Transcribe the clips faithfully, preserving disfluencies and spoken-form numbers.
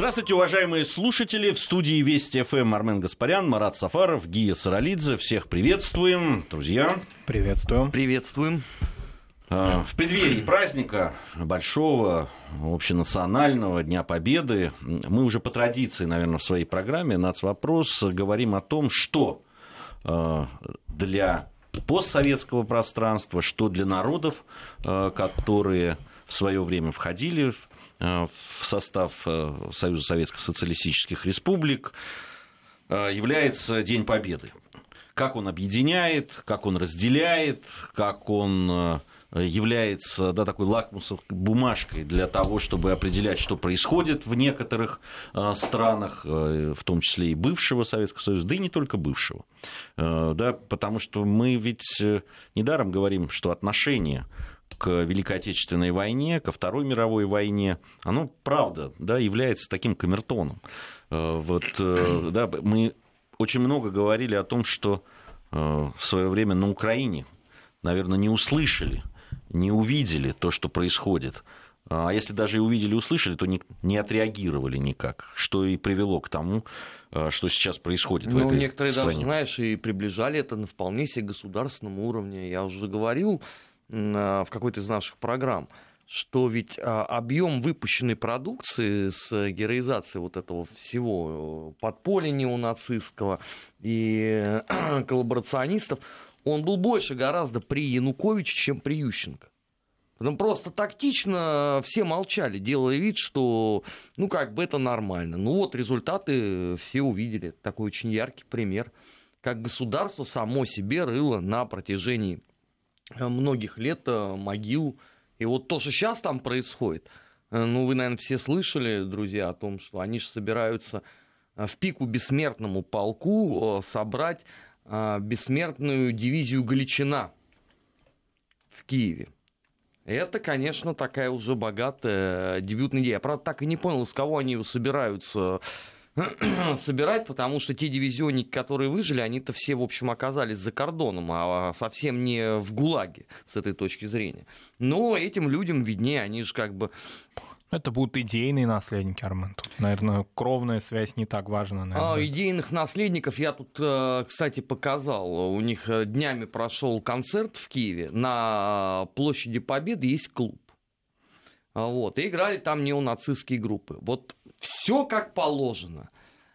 Здравствуйте, уважаемые слушатели. В студии Вести ФМ Армен Гаспарян, Марат Сафаров, Гия Саралидзе. Всех приветствуем, друзья. Приветствуем. Приветствуем. В преддверии праздника большого, общенационального Дня Победы мы уже по традиции, наверное, в своей программе «Нацвопрос» говорим о том, что для постсоветского пространства, что для народов, которые в свое время входили в состав Союза Советских Социалистических Республик, является День Победы. Как он объединяет, как он разделяет, как он является, да, такой лакмусовой бумажкой для того, чтобы определять, что происходит в некоторых странах, в том числе и бывшего Советского Союза, да и не только бывшего. Да, потому что мы ведь недаром говорим, что отношения к Великой Отечественной войне, ко Второй мировой войне, оно, правда, да, является таким камертоном. Вот, да, мы очень много говорили о том, что в свое время на Украине, наверное, не услышали, не увидели то, что происходит. А если даже и увидели, и услышали, то не, не отреагировали никак, что и привело к тому, что сейчас происходит ну, в этой некоторые стране. даже, знаешь, и приближали это на вполне себе государственном уровне. Я уже говорил в какой-то из наших программ, что ведь объем выпущенной продукции с героизацией вот этого всего подполья неонацистского и коллаборационистов, он был больше гораздо при Януковиче, чем при Ющенко. Потом просто тактично все молчали, делая вид, что ну как бы это нормально. Ну вот результаты все увидели. Такой очень яркий пример, как государство само себе рыло на протяжении многих лет могилу. И вот то, что сейчас там происходит, ну, вы, наверное, все слышали, друзья, о том, что они же собираются в пику бессмертному полку собрать бессмертную дивизию Галичина в Киеве. Это, конечно, такая уже богатая дебютная идея. Я, правда, так и не понял, из кого они ее собираются собирать, потому что те дивизионники, которые выжили, они-то все, в общем, оказались за кордоном, а совсем не в ГУЛАГе с этой точки зрения. Но этим людям виднее, они же как бы... Это будут идейные наследники, Армен. Тут, наверное, кровная связь не так важна. Наверное. А, идейных наследников я тут, кстати, показал. У них днями прошел концерт в Киеве. На площади Победы есть клуб. Вот. И играли там неонацистские группы. Вот все как положено.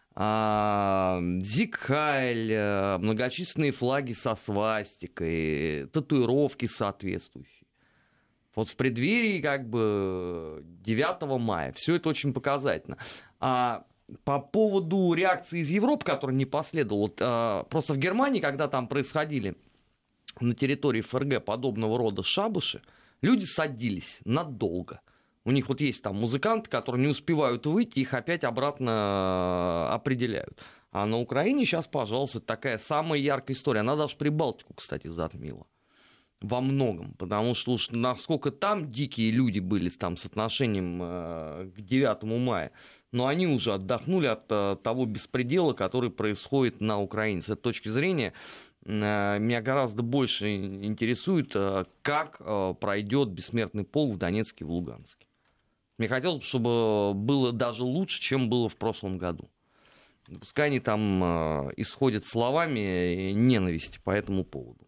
Зиг Хайль, многочисленные флаги со свастикой, татуировки соответствующие. Вот в преддверии как бы девятого мая. Все это очень показательно. А по поводу реакции из Европы, которая не последовала, вот, а, просто в Германии, когда там происходили на территории ФРГ подобного рода шабаши, люди садились надолго. У них вот есть там музыканты, которые не успевают выйти, их опять обратно определяют. А на Украине сейчас, пожалуйста, такая самая яркая история. Она даже Прибалтику, кстати, затмила. Во многом, потому что уж насколько там дикие люди были там, с отношением э, к девятому мая, но они уже отдохнули от э, того беспредела, который происходит на Украине. С этой точки зрения э, меня гораздо больше интересует, э, как э, пройдет бессмертный полк в Донецке и в Луганске. Мне хотелось бы, чтобы было даже лучше, чем было в прошлом году. Пускай они там э, исходят словами ненависти по этому поводу.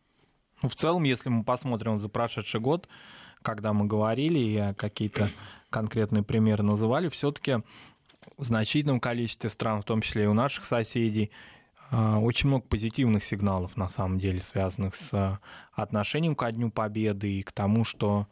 В целом, если мы посмотрим за прошедший год, когда мы говорили и какие-то конкретные примеры называли, все-таки в значительном количестве стран, в том числе и у наших соседей, очень много позитивных сигналов, на самом деле, связанных с отношением ко Дню Победы и к тому, что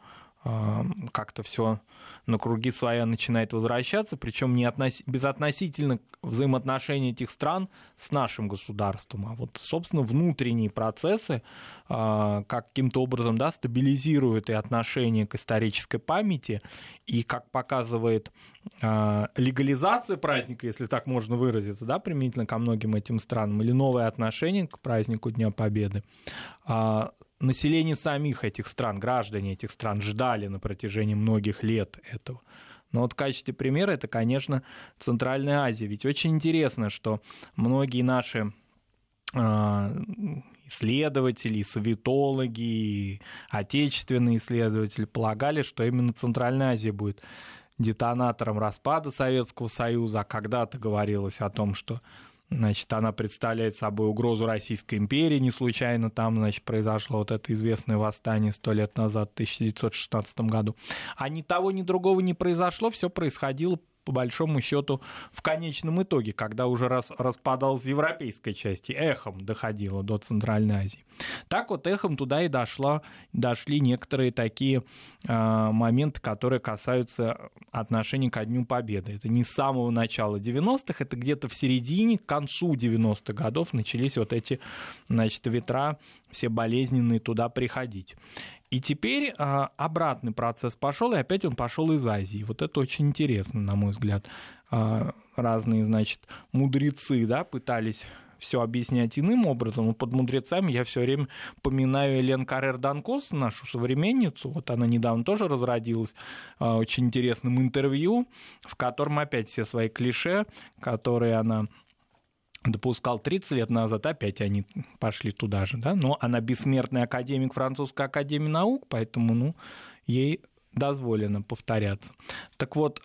как-то все на круги своя начинает возвращаться, причем не относ... безотносительно взаимоотношений этих стран с нашим государством, а вот, собственно, внутренние процессы э, каким-то образом, да, стабилизируют и отношение к исторической памяти, и, как показывает э, легализация праздника, если так можно выразиться, да, применительно ко многим этим странам, или новое отношение к празднику Дня Победы, э, население самих этих стран, граждане этих стран ждали на протяжении многих лет этого. Но вот в качестве примера это, конечно, Центральная Азия. Ведь очень интересно, что многие наши исследователи, советологи, отечественные исследователи полагали, что именно Центральная Азия будет детонатором распада Советского Союза, а когда-то говорилось о том, что, значит, она представляет собой угрозу Российской империи, не случайно там, значит, произошло вот это известное восстание сто лет назад, в тысяча девятьсот шестнадцатом году. А ни того, ни другого не произошло, все происходило по большому счету в конечном итоге, когда уже рас, распадалась европейская часть, и эхом доходило до Центральной Азии. Так вот эхом туда и дошло, дошли некоторые такие э, моменты, которые касаются отношений ко Дню Победы. Это не с самого начала девяностых, это где-то в середине, к концу девяностых годов начались вот эти, значит, ветра все болезненные туда приходить. И теперь а, обратный процесс пошел, и опять он пошел из Азии. Вот это очень интересно, на мой взгляд. А, разные, значит, мудрецы, да, пытались все объяснять иным образом. Но под мудрецами я все время поминаю Элен Каррер-Данкос, нашу современницу. Вот она недавно тоже разродилась а, очень интересным интервью, в котором опять все свои клише, которые она допускал тридцать лет назад, опять они пошли туда же, да, но она бессмертный академик Французской академии наук, поэтому, ну, ей дозволено повторяться. Так вот,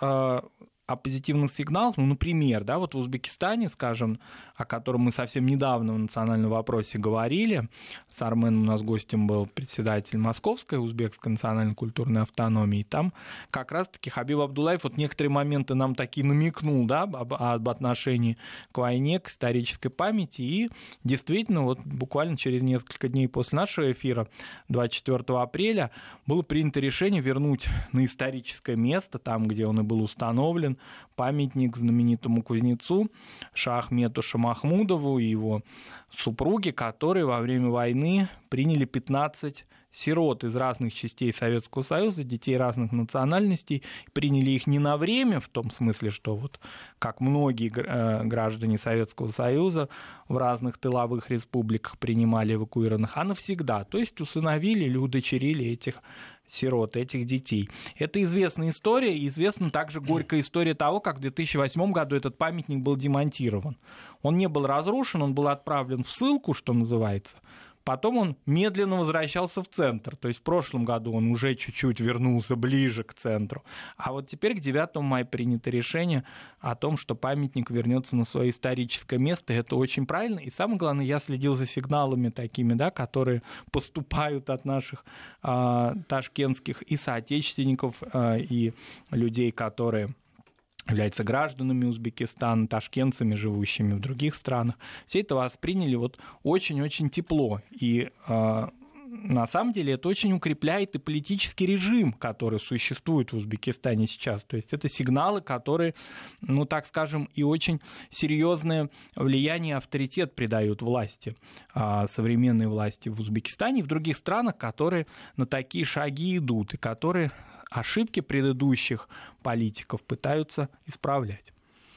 о позитивных сигналах, ну, например, да, вот в Узбекистане, скажем, о котором мы совсем недавно в национальном вопросе говорили, с Арменом у нас гостем был председатель Московской узбекской национальной культурной автономии, там как раз-таки Хабиб Абдуллаев вот некоторые моменты нам такие намекнул, да, об, об отношении к войне, к исторической памяти, и действительно вот буквально через несколько дней после нашего эфира, двадцать четвёртого апреля, было принято решение вернуть на историческое место, там, где он и был установлен, памятник знаменитому кузнецу Шахмету Шамахмудову и его супруге, которые во время войны приняли пятнадцать сирот из разных частей Советского Союза, детей разных национальностей, приняли их не на время, в том смысле, что вот как многие граждане Советского Союза в разных тыловых республиках принимали эвакуированных, а навсегда, то есть усыновили или удочерили этих сирот, этих детей. Это известная история, и известна также горькая история того, как в две тысячи восьмом году этот памятник был демонтирован. Он не был разрушен, он был отправлен в ссылку, что называется. Потом он медленно возвращался в центр. То есть в прошлом году он уже чуть-чуть вернулся ближе к центру. А вот теперь к девятому мая принято решение о том, что памятник вернется на свое историческое место. И это очень правильно. И самое главное, я следил за сигналами такими, да, которые поступают от наших э, ташкентских и соотечественников, э, и людей, которые являются гражданами Узбекистана, ташкентцами, живущими в других странах. Все это восприняли вот очень-очень тепло. И э, на самом деле это очень укрепляет и политический режим, который существует в Узбекистане сейчас. То есть это сигналы, которые, ну так скажем, и очень серьезное влияние, авторитет придают власти, э, современной власти в Узбекистане и в других странах, которые на такие шаги идут и которые ошибки предыдущих политиков пытаются исправлять.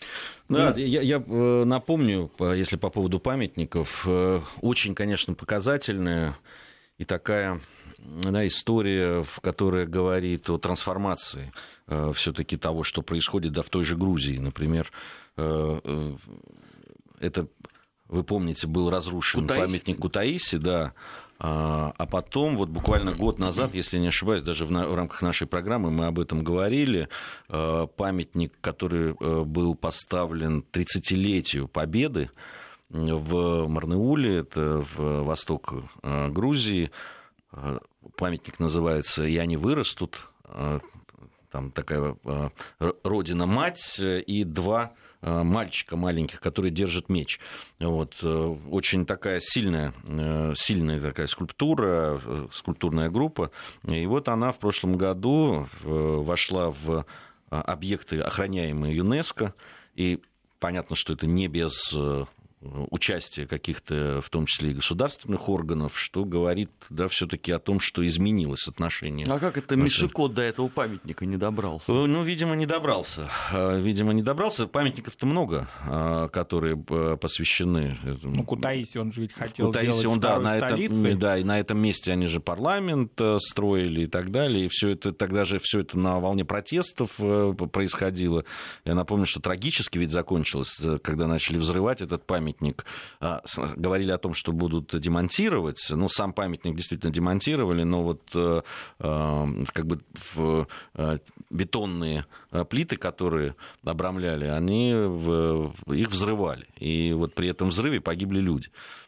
Да, я, я напомню, если по поводу памятников, очень, конечно, показательная и такая, да, история, в которой говорит о трансформации все-таки того, что происходит, да, в той же Грузии, например. Это, вы помните, был разрушен Кутаиси. Памятник Кутаиси, да. А потом, вот буквально год назад, если не ошибаюсь, даже в, на, в рамках нашей программы мы об этом говорили, памятник, который был поставлен тридцатилетию Победы в Марнеуле, это в восток Грузии, памятник называется «И они вырастут», там такая родина-мать и два мальчика маленьких, которые держат меч. Вот. Очень такая сильная, сильная такая скульптура, скульптурная группа. И вот она в прошлом году вошла в объекты, охраняемые ЮНЕСКО. И понятно, что это не без участия каких-то, в том числе и государственных органов, что говорит, да, все-таки о том, что изменилось отношение. А как это Мишикот до этого памятника не добрался? Ну, видимо, не добрался. Видимо, не добрался. Памятников-то много, которые посвящены. Ну, Кутаиси он же ведь хотел Кутаиси, сделать он, второй да, на столицей. этом, да, и на этом месте они же парламент строили и так далее. И все это, тогда же все это на волне протестов происходило. Я напомню, что трагически ведь закончилось, когда начали взрывать этот памятник памятник, говорили о том, что будут демонтировать. Ну, сам памятник действительно демонтировали, но вот как бы бетонные плиты, которые обрамляли, они их взрывали. И вот при этом взрыве погибли люди.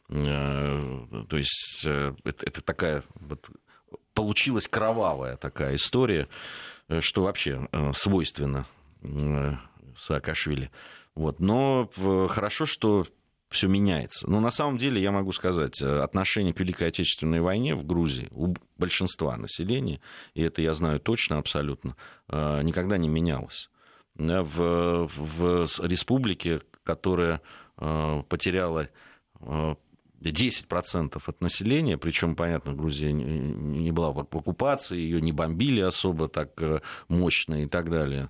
То есть это, это такая вот, получилась кровавая такая история, что вообще свойственно Саакашвили. Вот. Но хорошо, что все меняется. Но на самом деле, я могу сказать, отношение к Великой Отечественной войне в Грузии у большинства населения, и это я знаю точно абсолютно, никогда не менялось. В, в республике, которая потеряла десять процентов от населения, причем, понятно, Грузия не была в оккупации, ее не бомбили особо так мощно и так далее,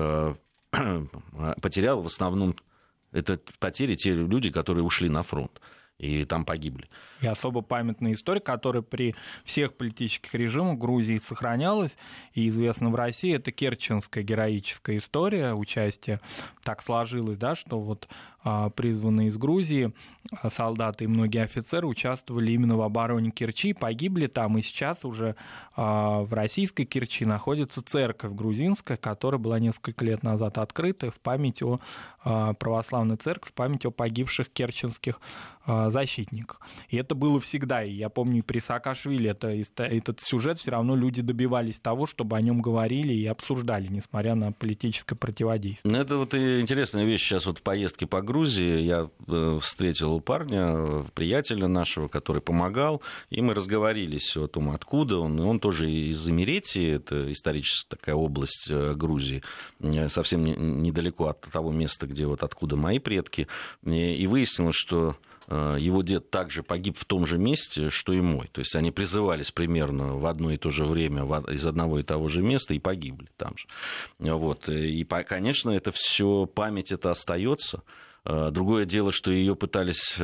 потеряла в основном, это потери те люди, которые ушли на фронт и там погибли. И особо памятная история, которая при всех политических режимах Грузии сохранялась и известна в России, это керченская героическая история участия. Так сложилось, да, что вот а, призванные из Грузии солдаты и многие офицеры участвовали именно в обороне Керчи, погибли там, и сейчас уже а, в российской Керчи находится церковь грузинская, которая была несколько лет назад открыта в память о а, православной церкви, в память о погибших керченских а, защитниках. И это было всегда. И я помню, при Саакашвили это, этот сюжет все равно люди добивались того, чтобы о нем говорили и обсуждали, несмотря на политическое противодействие. Это вот интересная вещь сейчас вот в поездке по Грузии. Я встретил парня, приятеля нашего, который помогал, и мы разговорились о том, откуда он. Он тоже из Имеретии, это историческая такая область Грузии, совсем недалеко от того места, где вот откуда мои предки. И выяснилось, что его дед также погиб в том же месте, что и мой. То есть они призывались примерно в одно и то же время из одного и того же места и погибли там же. Вот. И, конечно, это все, память это остается. Другое дело, что ее пытались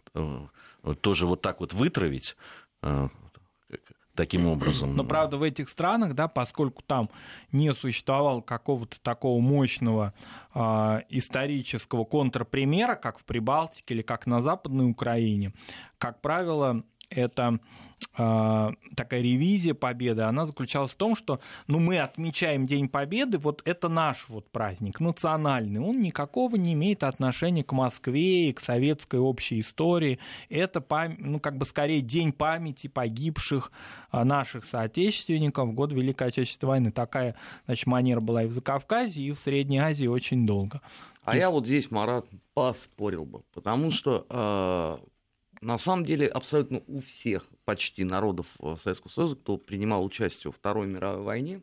тоже вот так вот вытравить таким образом. Но, правда, в этих странах, да, поскольку там не существовало какого-то такого мощного э, исторического контрпримера, как в Прибалтике или как на Западной Украине, как правило, это э, такая ревизия победы, она заключалась в том, что ну, мы отмечаем День Победы, вот это наш вот праздник, национальный, он никакого не имеет отношения к Москве и к советской общей истории, это пам- ну, как бы скорее День памяти погибших э, наших соотечественников в год Великой Отечественной войны. Такая, значит, манера была и в Закавказье, и в Средней Азии очень долго. А и... я вот здесь, Марат, поспорил бы, потому что... Э... На самом деле, абсолютно у всех почти народов Советского Союза, кто принимал участие во Второй мировой войне,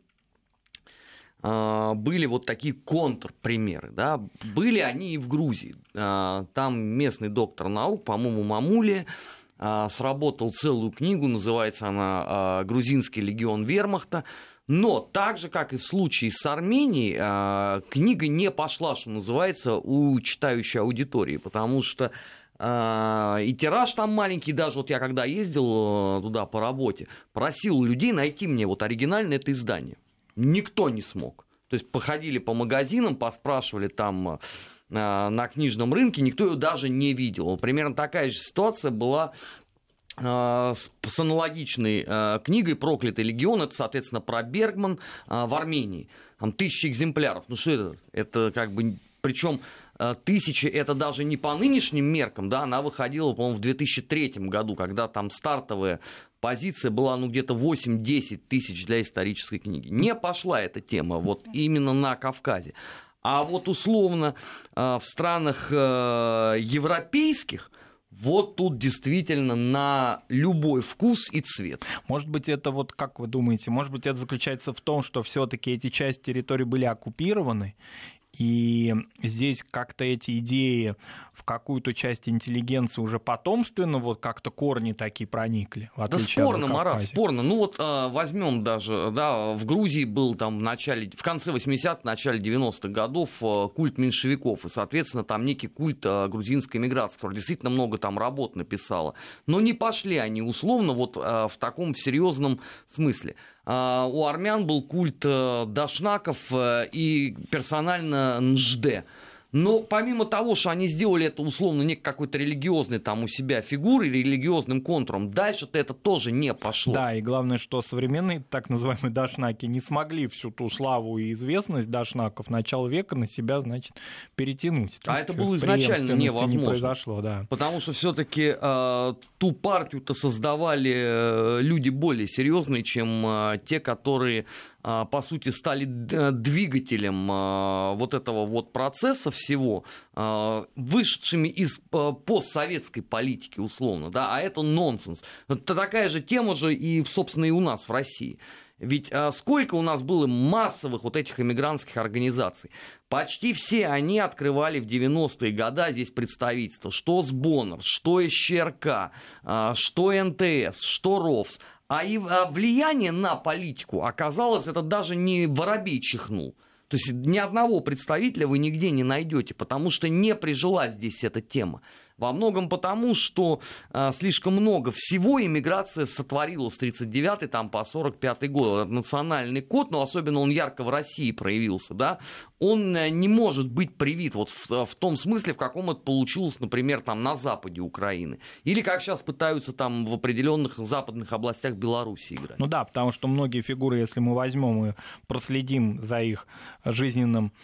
были вот такие контрпримеры. Да? Были они и в Грузии. Там местный доктор наук, по-моему, Мамулия, сработал целую книгу, называется она «Грузинский легион вермахта». Но так же, как и в случае с Арменией, книга не пошла, что называется, у читающей аудитории, потому что и тираж там маленький, даже вот я когда ездил туда по работе, просил людей найти мне вот оригинальное это издание. Никто не смог. То есть походили по магазинам, поспрашивали там на книжном рынке, никто ее даже не видел. Примерно такая же ситуация была с аналогичной книгой «Проклятый легион». Это, соответственно, про Бергман в Армении. Там тысячи экземпляров. Ну что это? Это как бы... Причем тысячи, это даже не по нынешним меркам, да, она выходила, по-моему, в две тысячи третьем году, когда там стартовая позиция была, ну, где-то восемь-десять тысяч для исторической книги. Не пошла эта тема вот именно на Кавказе. А вот условно в странах европейских вот тут действительно на любой вкус и цвет. Может быть, это вот, как вы думаете, может быть, это заключается в том, что все-таки эти части территории были оккупированы, и здесь как-то эти идеи в какую-то часть интеллигенции уже потомственно, вот как-то корни такие проникли, в отличие да спорно, от Марат, спорно. Ну вот э, возьмем даже, да, в Грузии был там в начале, в конце восьмидесятых, в начале девяностых годов э, культ меньшевиков, и, соответственно, там некий культ э, грузинской эмиграции, который действительно много там работ написала. Но не пошли они условно вот э, в таком серьезном смысле. Uh, у армян был культ uh, дашнаков uh, и персонально Нжде. Но помимо того, что они сделали это условно не какой-то религиозной там у себя фигурой, религиозным контуром, дальше-то это тоже не пошло. Да, и главное, что современные так называемые дашнаки не смогли всю ту славу и известность дашнаков начала века на себя, значит, перетянуть. А это было изначально невозможно. Не произошло, да. Потому что все-таки э, ту партию-то создавали э, люди более серьезные, чем э, те, которые, э, по сути, стали двигателем э, вот этого вот процесса всего, э, вышедшими из э, постсоветской политики, условно, да, а это нонсенс. Это такая же тема же и, собственно, и у нас в России. Ведь а, сколько у нас было массовых вот этих эмигрантских организаций? Почти все они открывали в девяностые годы здесь представительства. Что СБОНР, что СЧРК, а, что эн тэ эс, что РОВС. А, и, а влияние на политику оказалось, это даже не воробей чихнул. То есть ни одного представителя вы нигде не найдете, потому что не прижилась здесь эта тема. Во многом потому, что а, слишком много всего иммиграция сотворила с тридцать девятый там, по сорок пятый год. Это национальный код, но особенно он ярко в России проявился, да, он не может быть привит вот в, в том смысле, в каком это получилось, например, там, на западе Украины. Или как сейчас пытаются там, в определенных западных областях Беларуси играть. Ну да, потому что многие фигуры, если мы возьмем и проследим за их жизненным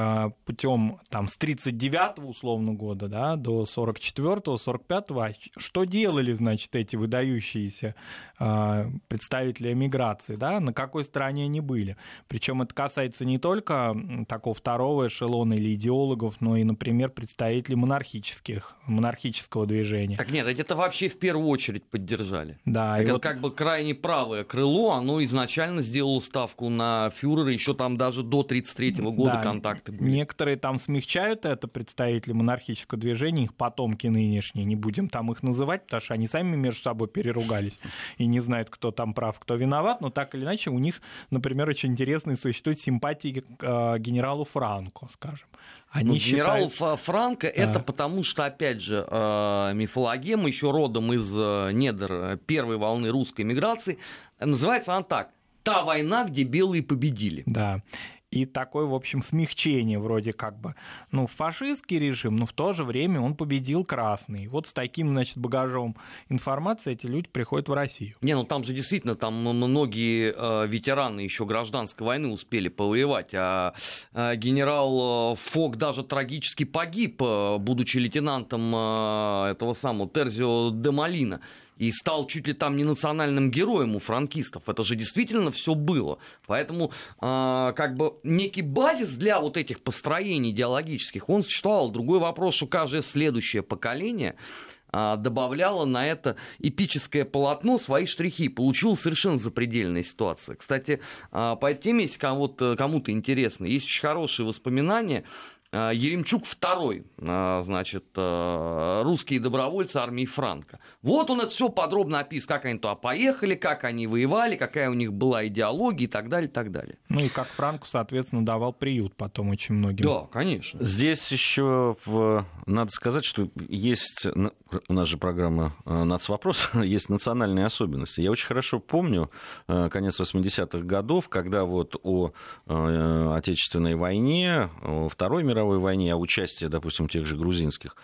путем там, с тридцать девятого условно года, да, до сорок четвёртого сорок пятого, что делали, значит, эти выдающиеся э, представители эмиграции, да, на какой стороне они были. Причем это касается не только такого второго эшелона или идеологов, но и, например, представителей монархических, монархического движения. Так нет, это вообще в первую очередь поддержали. Да, это вот... как бы крайне правое крыло, оно изначально сделало ставку на фюрера еще там даже до тридцать третьего года, да, контакты были. Некоторые там смягчают это, представители монархического движения, их потомки нынешние, не будем там их называть, потому что они сами между собой переругались и не знают, кто там прав, кто виноват, но так или иначе у них, например, очень интересные существуют симпатии к э, генералу Франко, скажем. Они ну, считают... Генерал Франко, да, это потому что, опять же, э, мифологема, еще родом из э, недр первой волны русской миграции, называется она так: «Та война, где белые победили». Да. И такое, в общем, смягчение вроде как бы, ну, фашистский режим, но в то же время он победил красный. Вот с таким, значит, багажом информации эти люди приходят в Россию. Не, ну там же действительно, там многие э, ветераны еще гражданской войны успели повоевать, а э, генерал Фок даже трагически погиб, э, будучи лейтенантом э, этого самого Терзио де Молина. И стал чуть ли там не национальным героем у франкистов. Это же действительно все было. Поэтому э, как бы некий базис для вот этих построений идеологических, он существовал. Другой вопрос, что каждое следующее поколение э, добавляло на это эпическое полотно свои штрихи. Получилась совершенно запредельная ситуация. Кстати, э, по этой теме, если кому-то, кому-то интересно, есть очень хорошие воспоминания. Еремчук второй, значит, русские добровольцы армии Франко. Вот он это все подробно описывает, как они туда поехали, как они воевали, какая у них была идеология и так далее, и так далее. Ну и как Франко, соответственно, давал приют потом очень многим. Да, конечно. Здесь еще в... надо сказать, что есть, у нас же программа «Нацвопрос», есть национальные особенности. Я очень хорошо помню конец восьмидесятых годов, когда вот о Отечественной войне, о Второй мировой войне, о участии, допустим, тех же грузинских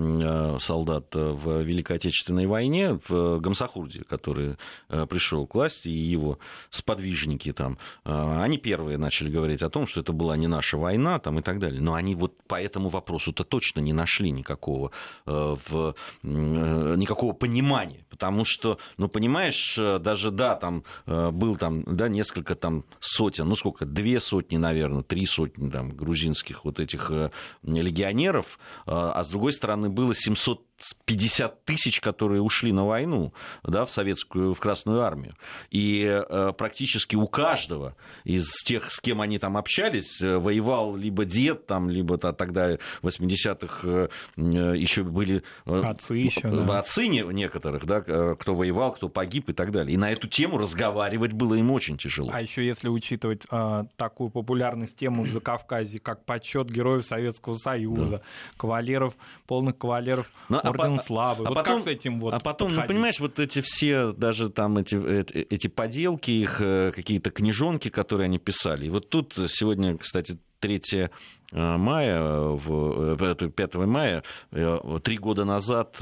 солдат в Великой Отечественной войне, в Гамсахурде, который пришел к власти, и его сподвижники там, они первые начали говорить о том, что это была не наша война там, и так далее. Но они вот по этому вопросу-то точно не нашли никакого, в, никакого понимания. Потому что, ну, понимаешь, даже, да, там был там, да, несколько там сотен, ну, сколько, две сотни, наверное, три сотни там грузинских вот этих легионеров, а с другой стороны было семьсот пятьдесят тысяч, которые ушли на войну, да, в советскую, в Красную армию. И э, практически у каждого из тех, с кем они там общались, э, воевал либо дед, там, либо да, тогда в восьмидесятых э, еще были э, отцы, еще, да. отцы некоторых, да, кто воевал, кто погиб и так далее. И на эту тему разговаривать было им очень тяжело. А еще если учитывать э, такую популярность темы в Закавказье, как почет героев Советского Союза, да, кавалеров, полных кавалеров, ну, орден а, славы. А вот потом, как с этим вот а потом, подходить? Ну, понимаешь, вот эти все, даже там эти, эти поделки, их какие-то книжонки, которые они писали. И вот тут сегодня, кстати, третьего мая, в, пятого мая, три года назад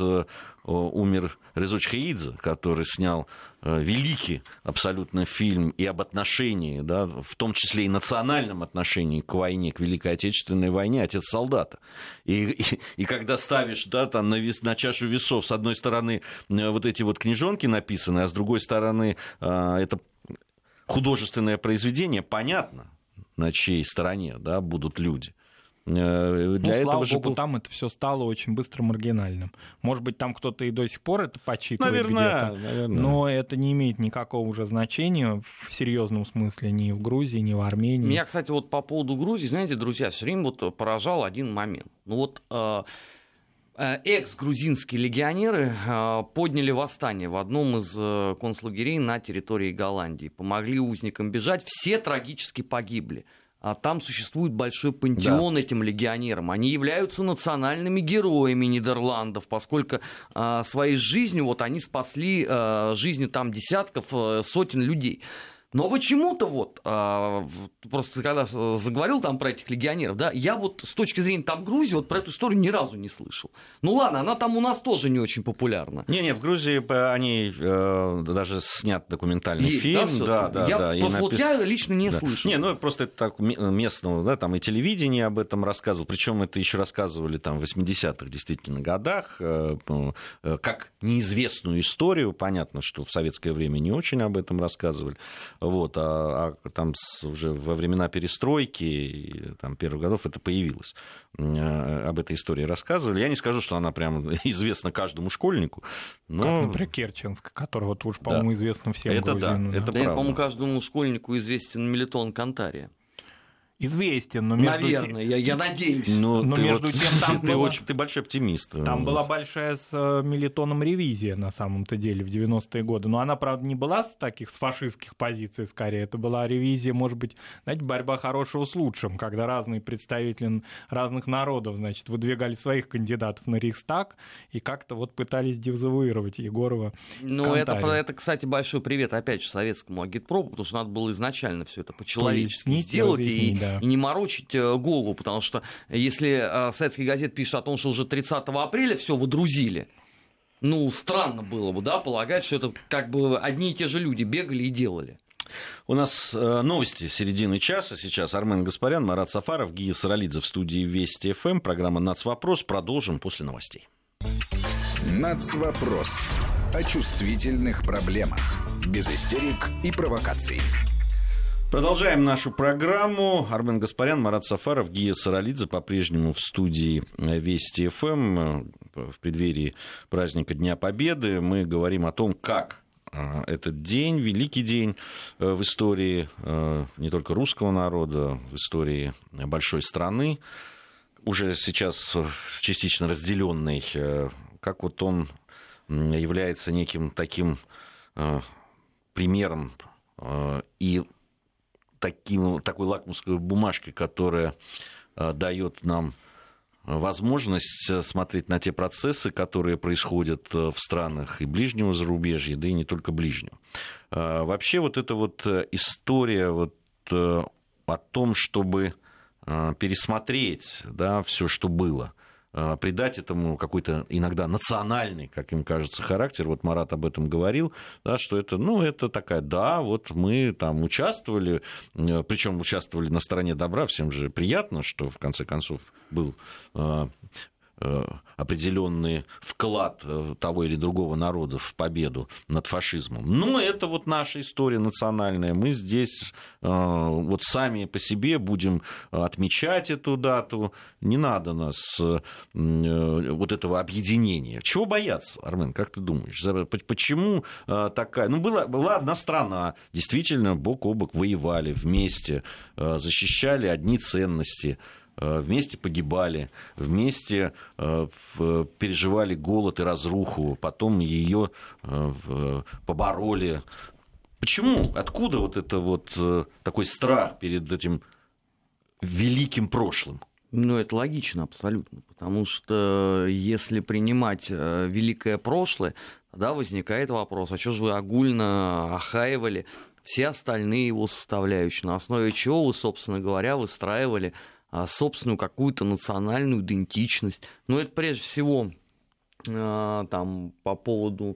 умер Резо Чхеидзе, который снял великий абсолютно фильм и об отношении, да, в том числе и национальном отношении к войне, к Великой Отечественной войне, «Отец солдата». И, и, и когда ставишь, да, там, на, вес, на чашу весов, с одной стороны, вот эти вот книжонки написаны, а с другой стороны, это художественное произведение, понятно, на чьей стороне, да, будут люди. Для ну, этого слава же богу, был... там это все стало очень быстро маргинальным. Может быть, там кто-то и до сих пор это почитывает наверное, где-то, наверное. Но это не имеет никакого уже значения в серьезном смысле ни в Грузии, ни в Армении. Меня, кстати, вот по поводу Грузии, знаете, друзья, все время вот поражал один момент. Ну вот э, э, экс-грузинские легионеры э, подняли восстание в одном из э, концлагерей на территории Голландии, помогли узникам бежать, все трагически погибли. А там существует большой пантеон да. этим легионерам. Они являются национальными героями Нидерландов, поскольку а, своей жизнью вот, они спасли а, жизни там десятков, а, сотен людей. Но почему-то вот, а, просто когда заговорил там про этих легионеров, да, я вот с точки зрения там Грузии вот про эту историю ни разу не слышал. Ну ладно, она там у нас тоже не очень популярна. Не-не, в Грузии они э, даже снят документальный Есть, фильм. Да, да, да, я да, просто вот я лично не да. слышал. Не, ну просто это так местного, да, там и телевидение об этом рассказывало, причем это еще рассказывали там в восьмидесятых действительно годах, э, э, как неизвестную историю. Понятно, что в советское время не очень об этом рассказывали. Вот, а, а там с, уже во времена перестройки, и, там, первых годов это появилось. Об этой истории рассказывали. Я не скажу, что она прям известна каждому школьнику. Но... Как, например, Керченск, которого уж, по-моему, да. известно всем это грузинам. Да, это да, правда. По-моему, каждому школьнику известен Мелитон Кантария. Известен, но между Наверное, тем... я, я надеюсь. Но, но между вот, тем там ты, было... очень, ты большой оптимист. Там была большая с Мелитоном ревизия на самом-то деле в девяностые годы. Но она, правда, не была с таких с фашистских позиций скорее. Это была ревизия, может быть, знаете, борьба хорошего с лучшим, когда разные представители разных народов, значит, выдвигали своих кандидатов на Рейхстаг и как-то вот пытались дезавуировать Егорова. Ну, это, это, кстати, большой привет опять же советскому агитпропу, потому что надо было изначально все это по-человечески сделать и, да. и не морочить голову, потому что если советские газеты пишут о том, что уже тридцатого апреля все выдрузили, ну, странно было бы, да, полагать, что это как бы одни и те же люди бегали и делали. У нас новости середины часа. Сейчас Армен Гаспарян, Марат Сафаров, Гия Саралидзе в студии Вести ФМ. Программа «Нацвопрос». Продолжим после новостей. «Нацвопрос» о чувствительных проблемах. Без истерик и провокаций. Продолжаем нашу программу. Армен Гаспарян, Марат Сафаров, Гия Саралидзе по-прежнему в студии Вести ФМ. В преддверии праздника Дня Победы мы говорим о том, как этот день, великий день в истории не только русского народа, в истории большой страны, уже сейчас частично разделенной, как вот он является неким таким примером и таким, такой лакмусовой бумажкой, которая э, дает нам возможность смотреть на те процессы, которые происходят в странах и ближнего зарубежья, да и не только ближнего. Э, вообще вот эта вот история вот, э, о том, чтобы э, пересмотреть, да, все, что было, придать этому какой-то иногда национальный, как им кажется, характер. Вот Марат об этом говорил, да, что это, ну, это такая, да, вот мы там участвовали, причем участвовали на стороне добра, всем же приятно, что в конце концов был определенный вклад того или другого народа в победу над фашизмом. Но это вот наша история национальная. Мы здесь вот сами по себе будем отмечать эту дату. Не надо нас вот этого объединения. Чего бояться, Армен, как ты думаешь? Почему такая... Ну, была, была одна страна, действительно, бок о бок воевали вместе, защищали одни ценности, вместе погибали, вместе переживали голод и разруху, потом ее побороли. Почему? Откуда вот это вот такой страх перед этим великим прошлым? Ну, это логично абсолютно, потому что если принимать великое прошлое, тогда возникает вопрос, а что же вы огульно охаивали все остальные его составляющие, на основе чего вы, собственно говоря, выстраивали собственную какую-то национальную идентичность. Но это прежде всего там, по поводу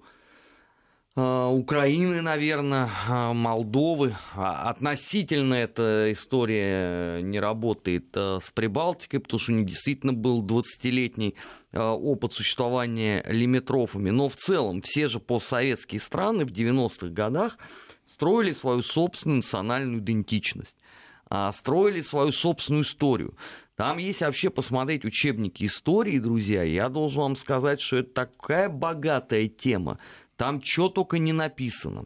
Украины, наверное, Молдовы. Относительно эта история не работает с Прибалтикой, потому что у них действительно был двадцатилетний опыт существования лимитрофами. Но в целом все же постсоветские страны в девяностых годах строили свою собственную национальную идентичность, строили свою собственную историю. Там, если вообще посмотреть учебники истории, друзья, я должен вам сказать, что это такая богатая тема. Там что только не написано.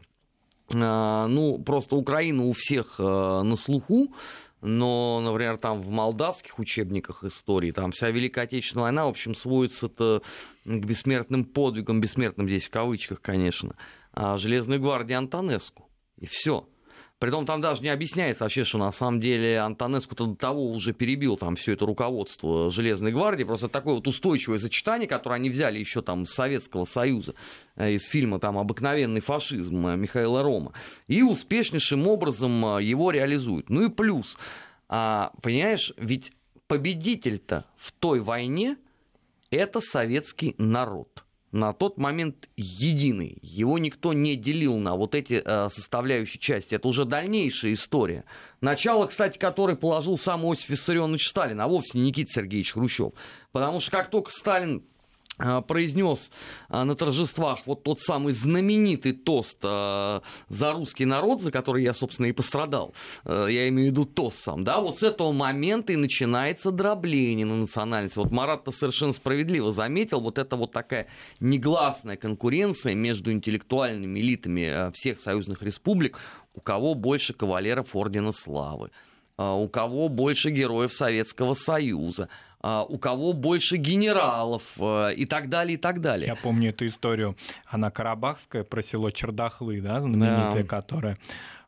А, ну, просто Украина у всех а, на слуху, но, например, там в молдавских учебниках истории, там вся Великая Отечественная война, в общем, сводится-то к бессмертным подвигам, бессмертным здесь в кавычках, конечно, а Железной гвардии Антонеску. И все. Притом там даже не объясняется вообще, что на самом деле Антонеску-то до того уже перебил там все это руководство Железной гвардии. Просто такое вот устойчивое сочетание, которое они взяли еще там из Советского Союза, из фильма там «Обыкновенный фашизм» Михаила Рома. И успешнейшим образом его реализуют. Ну и плюс, понимаешь, ведь победитель-то в той войне — это советский народ. На тот момент единый. Его никто не делил на вот эти э, составляющие части. Это уже дальнейшая история. Начало, кстати, которой положил сам Иосиф Виссарионович Сталин, а вовсе не Никита Сергеевич Хрущев. Потому что как только Сталин э, произнес э, на торжествах вот тот самый знаменитый тост э, за русский народ, за который я, собственно, и пострадал, э, я имею в виду тост сам, да, вот с этого момента и начинается дробление на национальность. Вот Марат-то совершенно справедливо заметил, вот это вот такая негласная конкуренция между интеллектуальными элитами всех союзных республик, у кого больше кавалеров Ордена Славы, у кого больше героев Советского Союза, у кого больше генералов и так далее, и так далее. Я помню эту историю, она карабахская, про село Чердахлы, да, знаменитая, да. Которая,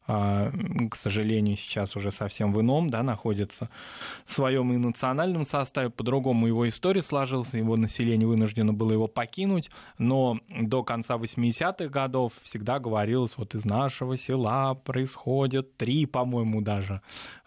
к сожалению, сейчас уже совсем в ином, да, находится в своем и национальном составе, по-другому его история сложилась, его население вынуждено было его покинуть, но до конца восьмидесятых годов всегда говорилось, вот из нашего села происходят три, по-моему, даже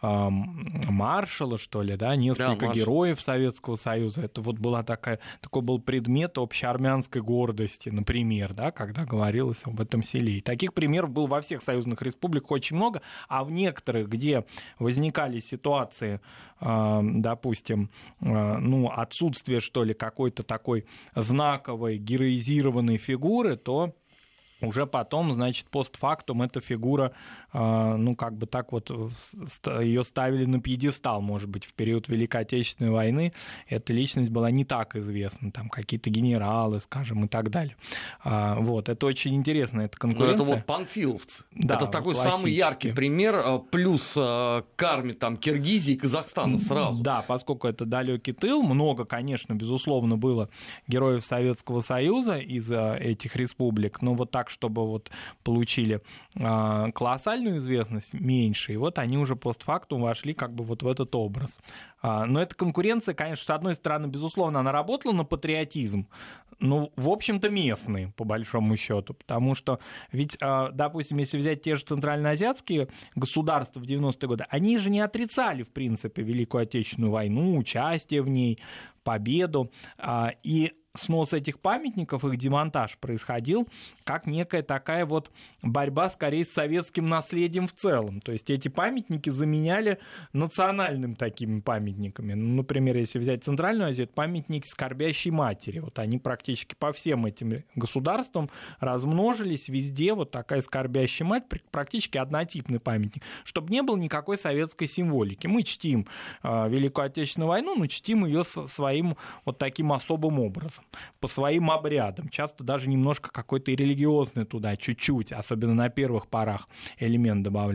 маршала, что ли, да, несколько да, героев Советского Союза. Это вот была такая, такой был предмет общеармянской гордости, например, да, когда говорилось об этом селе. И таких примеров было во всех союзных республиках очень много, а в некоторых, где возникали ситуации, допустим, ну, отсутствие, что ли, какой-то такой знаковой, героизированной фигуры, то уже потом, значит, постфактум эта фигура, ну, как бы так вот, ее ставили на пьедестал, может быть, в период Великой Отечественной войны эта личность была не так известна, там, какие-то генералы, скажем, и так далее. Вот, это очень интересно, эта конкуренция. Ну, это вот панфиловцы. Да, это такой самый яркий пример, плюс к армии, там, Киргизии и Казахстана сразу. Да, поскольку это далекий тыл, много, конечно, безусловно, было героев Советского Союза из этих республик, но вот так, чтобы вот получили э, колоссальную известность, меньше, и вот они уже постфактум вошли как бы вот в этот образ. А, но эта конкуренция, конечно, с одной стороны, безусловно, она работала на патриотизм, но, в общем-то, местный, по большому счету, потому что ведь, э, допустим, если взять те же центральноазиатские государства в девяностые годы, они же не отрицали, в принципе, Великую Отечественную войну, участие в ней, победу, э, и снос этих памятников, их демонтаж происходил как некая такая вот борьба скорее с советским наследием в целом. То есть эти памятники заменяли национальными такими памятниками. Ну, например, если взять Центральную Азию, это памятники скорбящей матери. Вот они практически по всем этим государствам размножились везде. Вот такая скорбящая мать, практически однотипный памятник, чтобы не было никакой советской символики. Мы чтим э, Великую Отечественную войну, но чтим ее своим вот таким особым образом, по своим обрядам, часто даже немножко какой-то и религиозный туда, чуть-чуть, особенно на первых порах элемент добавлялся.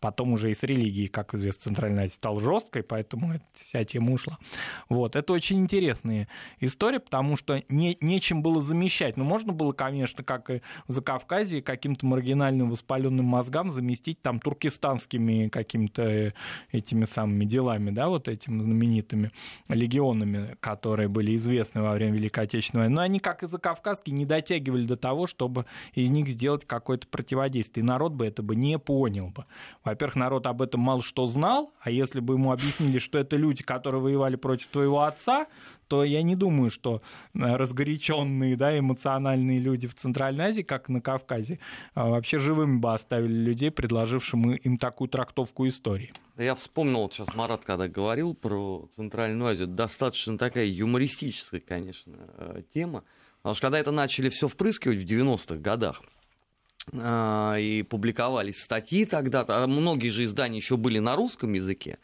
Потом уже и с религией, как известно, Центральная Азия стала жесткой, поэтому эта вся тема ушла. Вот. Это очень интересная история, потому что не, нечем было замещать. Ну, можно было, конечно, как и в Закавказье, каким-то маргинальным воспаленным мозгам заместить там туркестанскими какими-то этими самыми делами, да, вот этими знаменитыми легионами, которые были известны во время Великой Отечественной войны. Но они, как и закавказские, не дотягивали до того, чтобы из них сделать какое-то противодействие. И народ бы это бы не понял бы. Во-первых, народ об этом мало что знал, а если бы ему объяснили, что это люди, которые воевали против твоего отца, то я не думаю, что разгоряченные, да, эмоциональные люди в Центральной Азии, как на Кавказе, вообще живыми бы оставили людей, предложившим им такую трактовку истории. Я вспомнил, вот сейчас Марат, когда говорил про Центральную Азию, достаточно такая юмористическая, конечно, тема. Потому что когда это начали все впрыскивать в девяностых годах, и публиковались статьи тогда, а многие же издания еще были на русском языке,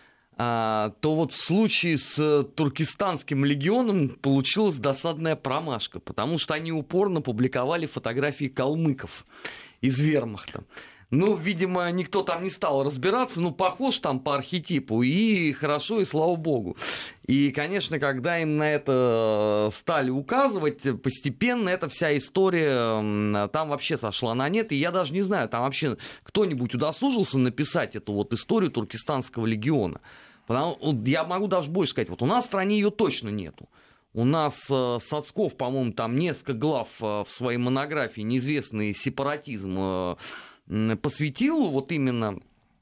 то вот в случае с туркестанским легионом получилась досадная промашка, потому что они упорно публиковали фотографии калмыков из вермахта. Ну, видимо, никто там не стал разбираться, ну, похож там по архетипу, и хорошо, и слава богу. И, конечно, когда им на это стали указывать, постепенно эта вся история там вообще сошла на нет, и я даже не знаю, там вообще кто-нибудь удосужился написать эту вот историю туркестанского легиона. Потому, я могу даже больше сказать, вот у нас в стране ее точно нету. У нас э, Сацков, по-моему, там несколько глав э, в своей монографии «Неизвестный сепаратизм» э, посвятил вот именно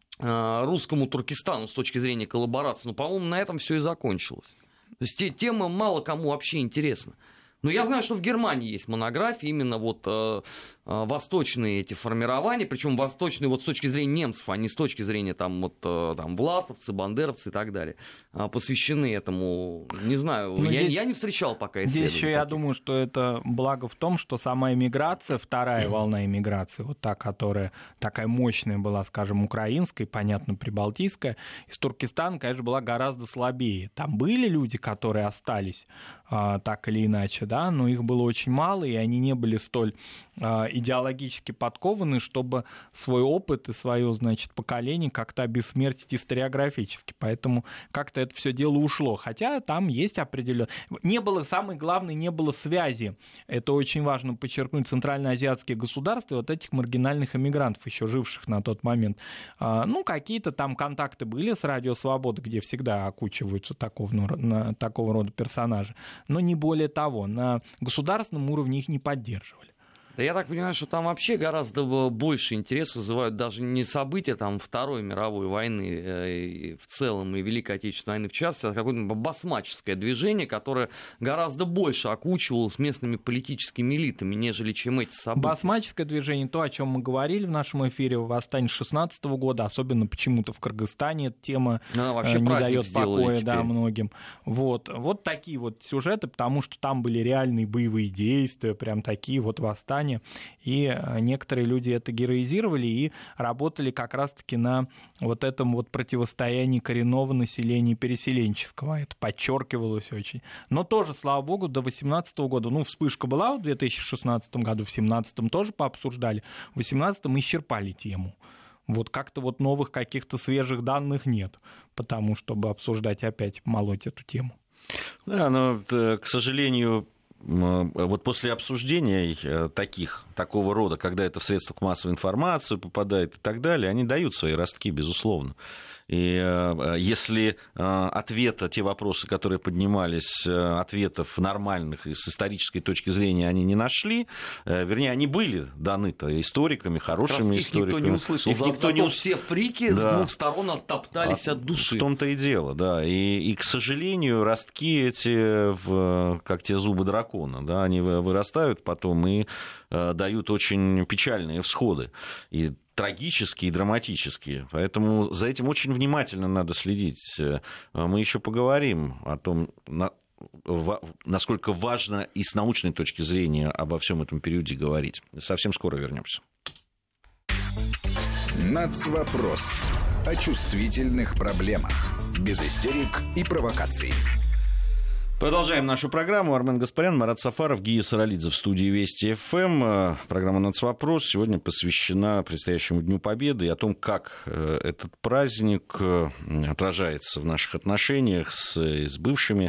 э, русскому Туркестану с точки зрения коллаборации. Но, по-моему, на этом все и закончилось. То есть те, тема мало кому вообще интересна. Но я знаю, что в Германии есть монографии, именно вот э, э, восточные эти формирования, причем восточные вот с точки зрения немцев, а не с точки зрения там, вот, э, там, власовцы, бандеровцы и так далее, э, посвящены этому. Не знаю, я, здесь, я не встречал пока исследований. Здесь еще я думаю, что это благо в том, что сама эмиграция, вторая волна эмиграции, вот та, которая такая мощная была, скажем, украинская, понятно, прибалтийская, из Туркестана, конечно, была гораздо слабее. Там были люди, которые остались э, так или иначе, да, но их было очень мало, и они не были столь э, идеологически подкованы, чтобы свой опыт и свое, значит, поколение как-то обессмертить историографически. Поэтому как-то это все дело ушло. Хотя там есть определенно... Не было, самое главное, не было связи. Это очень важно подчеркнуть, центральноазиатские государства, вот этих маргинальных эмигрантов, еще живших на тот момент. Э, ну, какие-то там контакты были с Радио Свобода, где всегда окучиваются такого, на, такого рода персонажи, но не более того. На государственном уровне их не поддерживали. Да я так понимаю, что там вообще гораздо больше интерес вызывают даже не события там, Второй мировой войны э, в целом и Великой Отечественной войны в частности, а какое-то басмаческое движение, которое гораздо больше окучивалось местными политическими элитами, нежели чем эти события. Басмаческое движение, то, о чем мы говорили в нашем эфире, восстание шестнадцатого года, особенно почему-то в Кыргызстане эта тема э, не дает покоя, да, многим. Вот. Вот такие вот сюжеты, потому что там были реальные боевые действия, прям такие вот восстания. И некоторые люди это героизировали и работали как раз-таки на вот этом вот противостоянии коренного населения переселенческого. Это подчеркивалось очень. Но тоже, слава богу, до две тысячи восемнадцатого года, ну, вспышка была в две тысячи шестнадцатом году, в две тысячи семнадцатом тоже пообсуждали, в две тысячи восемнадцатом исчерпали тему. Вот как-то вот новых каких-то свежих данных нет, потому чтобы обсуждать опять, молоть эту тему. Да, но, к сожалению, вот после обсуждений таких, такого рода, когда это в средствах массовой информации попадает и так далее, они дают свои ростки, безусловно. И если ответа, те вопросы, которые поднимались, ответов нормальных и с исторической точки зрения они не нашли, вернее, они были даны-то историками, хорошими их историками. Никто не услышал. Их никто не... Все фрики да. с двух сторон оттоптались а, от души. В том-то и дело, да. И, и, к сожалению, ростки эти, в, как те зубы дракона, да, они вырастают потом и дают очень печальные всходы. И трагические и драматические. Поэтому за этим очень внимательно надо следить. Мы еще поговорим о том, насколько важно и с научной точки зрения обо всем этом периоде говорить. Совсем скоро вернемся. Нацвопрос. О чувствительных проблемах. Без истерик и провокаций. Продолжаем нашу программу. Армен Гаспарян, Марат Сафаров, Гия Саралидзе в студии Вести эф эм. Программа «Нацвопрос» сегодня посвящена предстоящему Дню Победы и о том, как этот праздник отражается в наших отношениях с, с бывшими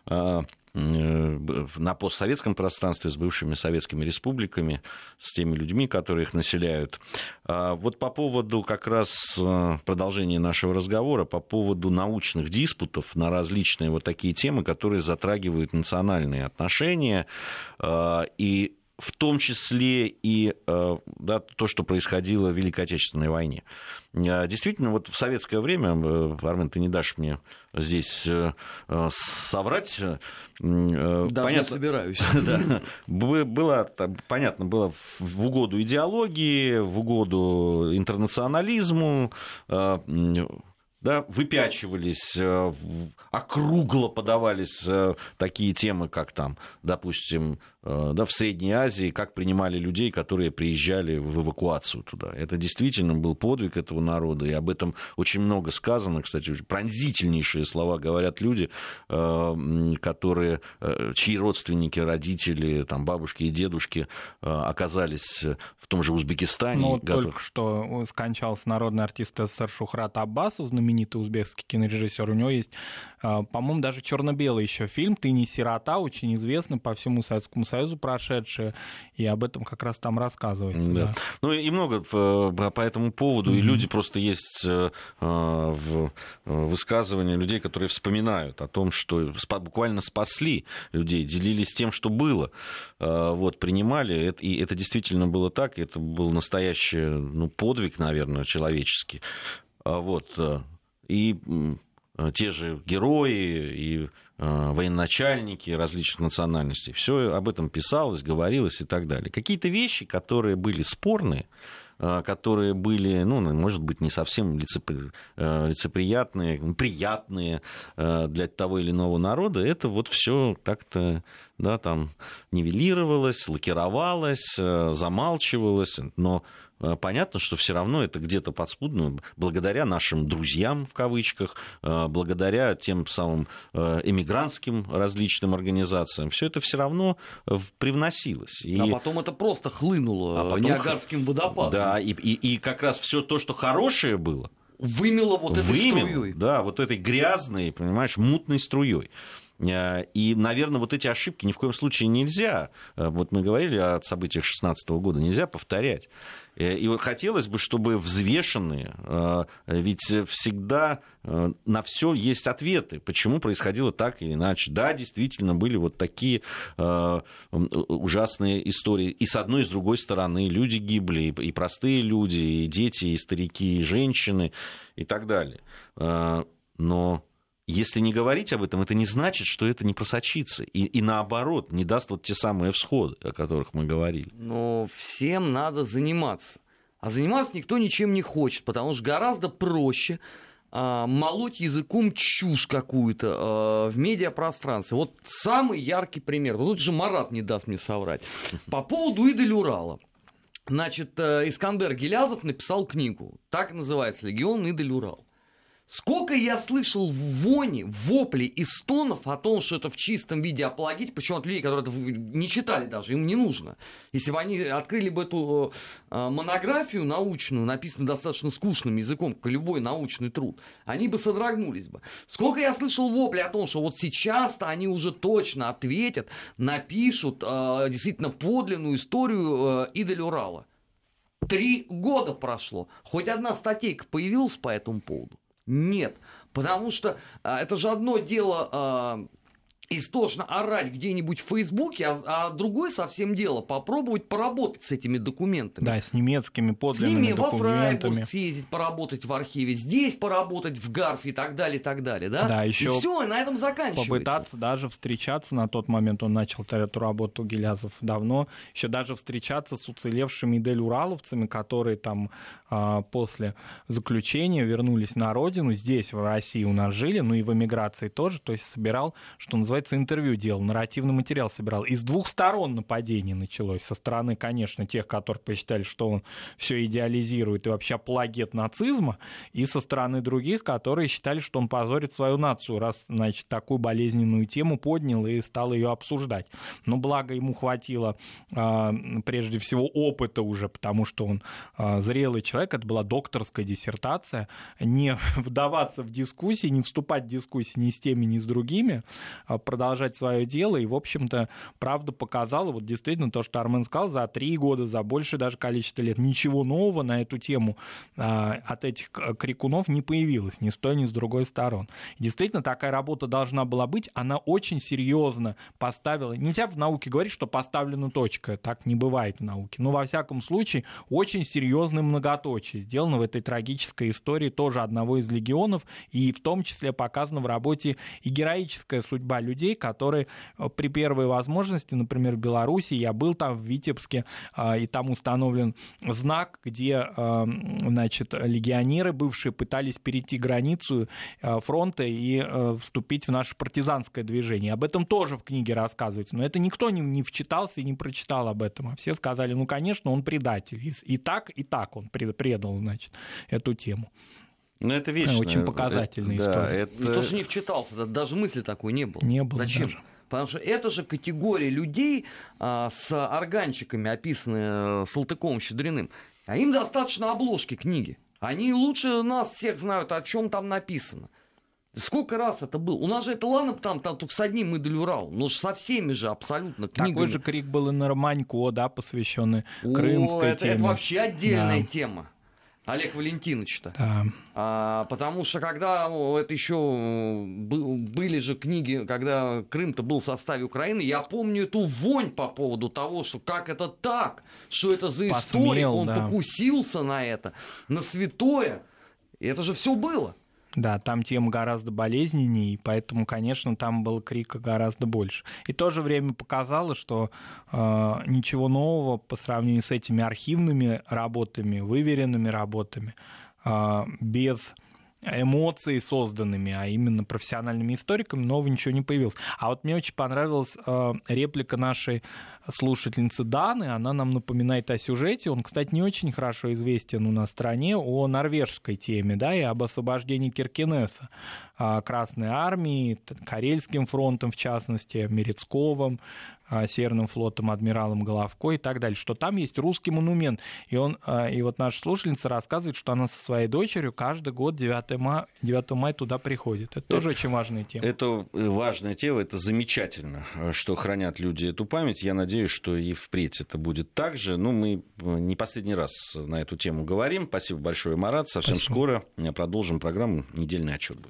на постсоветском пространстве, с бывшими советскими республиками, с теми людьми, которые их населяют. Вот по поводу как раз продолжения нашего разговора, по поводу научных диспутов на различные вот такие темы, которые затрагивают национальные отношения, и в том числе и да, то, что происходило в Великой Отечественной войне. Действительно, вот в советское время, Армен, ты не дашь мне здесь соврать. Даже понятно, не собираюсь. Да, было, понятно, было в угоду идеологии, в угоду интернационализму, да, выпячивались, округло подавались такие темы, как там, допустим, да, в Средней Азии, как принимали людей, которые приезжали в эвакуацию туда. Это действительно был подвиг этого народа, и об этом очень много сказано. Кстати, пронзительнейшие слова говорят люди, которые, чьи родственники, родители, там, бабушки и дедушки оказались в том же Узбекистане. Ну, готов... только что скончался народный артист СССР Шухрат Аббасов, знаменитый узбекский кинорежиссер. У него есть, по-моему, даже черно-белый еще фильм «Ты не сирота», очень известный по всему Советскому Союзу прошедший, и об этом как раз там рассказывается. Да. Да. Ну и много по этому поводу, mm-hmm. и люди просто есть высказывания людей, которые вспоминают о том, что буквально спасли людей, делились тем, что было, вот, принимали, и это действительно было так, это был настоящий, ну, подвиг, наверное, человеческий. Вот. И те же герои, и военачальники различных национальностей, все об этом писалось, говорилось и так далее. Какие-то вещи, которые были спорные, которые были, ну, может быть, не совсем лицеприятные, приятные для того или иного народа, это вот все как-то, да, там нивелировалось, лакировалось, замалчивалось, но понятно, что все равно это где-то подспудно, благодаря нашим друзьям, в кавычках, благодаря тем самым эмигрантским различным организациям, все это все равно привносилось. И... А потом это просто хлынуло а потом... Ниагарским водопадом. Да, и, и, и как раз все то, что хорошее было, вымело вот этой вымело, струей. Да, вот этой грязной, понимаешь, мутной струей. И, наверное, вот эти ошибки ни в коем случае нельзя, вот мы говорили о событиях шестнадцатого года, нельзя повторять. И вот хотелось бы, чтобы взвешенные, ведь всегда на все есть ответы, почему происходило так или иначе. Да, действительно, были вот такие ужасные истории. И с одной, и с другой стороны люди гибли, и простые люди, и дети, и старики, и женщины, и так далее. Но... Если не говорить об этом, это не значит, что это не просочится. И, и наоборот, не даст вот те самые всходы, о которых мы говорили. Но всем надо заниматься. А заниматься никто ничем не хочет, потому что гораздо проще а, молоть языком чушь какую-то а, в медиапространстве. Вот самый яркий пример. Вот тут же Марат не даст мне соврать. По поводу Идель Урала. Значит, Искандер Гилязов написал книгу. Так называется «Легион Идель Урал». Сколько я слышал вони, воплей и стонов о том, что это в чистом виде апологетика, причем от людей, которые это не читали даже, им не нужно. Если бы они открыли бы эту э, монографию научную, написанную достаточно скучным языком, как любой научный труд, они бы содрогнулись бы. Сколько я слышал воплей о том, что вот сейчас-то они уже точно ответят, напишут э, действительно подлинную историю э, Идель Урала. Три года прошло. Хоть одна статейка появилась по этому поводу? Нет, потому что а, это же одно дело а, истошно орать где-нибудь в Фейсбуке, а, а другое совсем дело попробовать поработать с этими документами. Да, с немецкими подлинными с ними документами. Во Фрайбург съездить, поработать в архиве, здесь поработать в Гарфе и так далее, и так далее. Да, да, еще и все, на этом заканчивается. Попытаться даже встречаться, на тот момент он начал эту работу, Гилязов, давно, еще даже встречаться с уцелевшими идель-ураловцами, которые там а, после заключения вернулись на родину, здесь, в России у нас жили, ну и в эмиграции тоже, то есть собирал, что называется, называется, интервью делал, нарративный материал собирал. И с двух сторон нападение началось. Со стороны, конечно, тех, которые посчитали, что он все идеализирует и вообще апологет нацизма, и со стороны других, которые считали, что он позорит свою нацию, раз, значит, такую болезненную тему поднял и стал ее обсуждать. Но благо ему хватило, прежде всего, опыта уже, потому что он зрелый человек, это была докторская диссертация, не вдаваться в дискуссии, не вступать в дискуссии ни с теми, ни с другими, продолжать свое дело, и, в общем-то, правда показала, вот действительно то, что Армен сказал, за три года, за большее даже количество лет, ничего нового на эту тему от этих крикунов не появилось ни с той, ни с другой стороны. Действительно, такая работа должна была быть, она очень серьезно поставила, нельзя в науке говорить, что поставлена точка, так не бывает в науке, но, во всяком случае, очень серьезное многоточие сделано в этой трагической истории тоже одного из легионов, и в том числе показана в работе и героическая судьба людей, которые при первой возможности, например, в Беларуси, я был там в Витебске, и там установлен знак, где, значит, легионеры бывшие пытались перейти границу фронта и вступить в наше партизанское движение. Об этом тоже в книге рассказывается, но это никто не, не вчитался и не прочитал об этом. А все сказали, ну, конечно, он предатель. И, и так, и так он предал, значит, эту тему. Ну, это вечно. Очень показательная это, история. Да, это... Не то, что не вчитался, даже мысли такой не было. Не было. Зачем? Даже. Потому что это же категория людей а, с органчиками, описанные Салтыковым-Щедриным. А им достаточно обложки книги. Они лучше нас всех знают, о чем там написано. Сколько раз это было? У нас же это ладно, там, там только с одним мы Урал, но со всеми же абсолютно книгами. Такой же крик был и на Романько, да, посвященный крымской О, это, теме. это вообще отдельная да. тема. Олег Валентинович-то. Да. А, потому что когда это еще были же книги, когда Крым-то был в составе Украины, я помню эту вонь по поводу того, что как это так, что это за Посмел, история, он да. покусился на это, на святое. И это же все было. Да, там тема гораздо болезненнее, и поэтому, конечно, там был крика гораздо больше. И в то же время показало, что э, ничего нового по сравнению с этими архивными работами, выверенными работами, э, без эмоций созданными, а именно профессиональными историками, нового ничего не появилось. А вот мне очень понравилась э, реплика нашей слушательницы Даны, она нам напоминает о сюжете, он, кстати, не очень хорошо известен у нас в стране, о норвежской теме, да, и об освобождении Киркенеса, э, Красной армии, Карельским фронтом, в частности, Мерецковым, Северным флотом, адмиралом Головко и так далее, что там есть русский монумент. И, он, и вот наша слушательница рассказывает, что она со своей дочерью каждый год девятого мая туда приходит. Это тоже это, очень важная тема. Это важная тема, это замечательно, что хранят люди эту память. Я надеюсь, что и впредь это будет так же. Ну, мы не последний раз на эту тему говорим. Спасибо большое, Марат. Совсем Спасибо. Скоро продолжим программу «Недельный отчет» будет.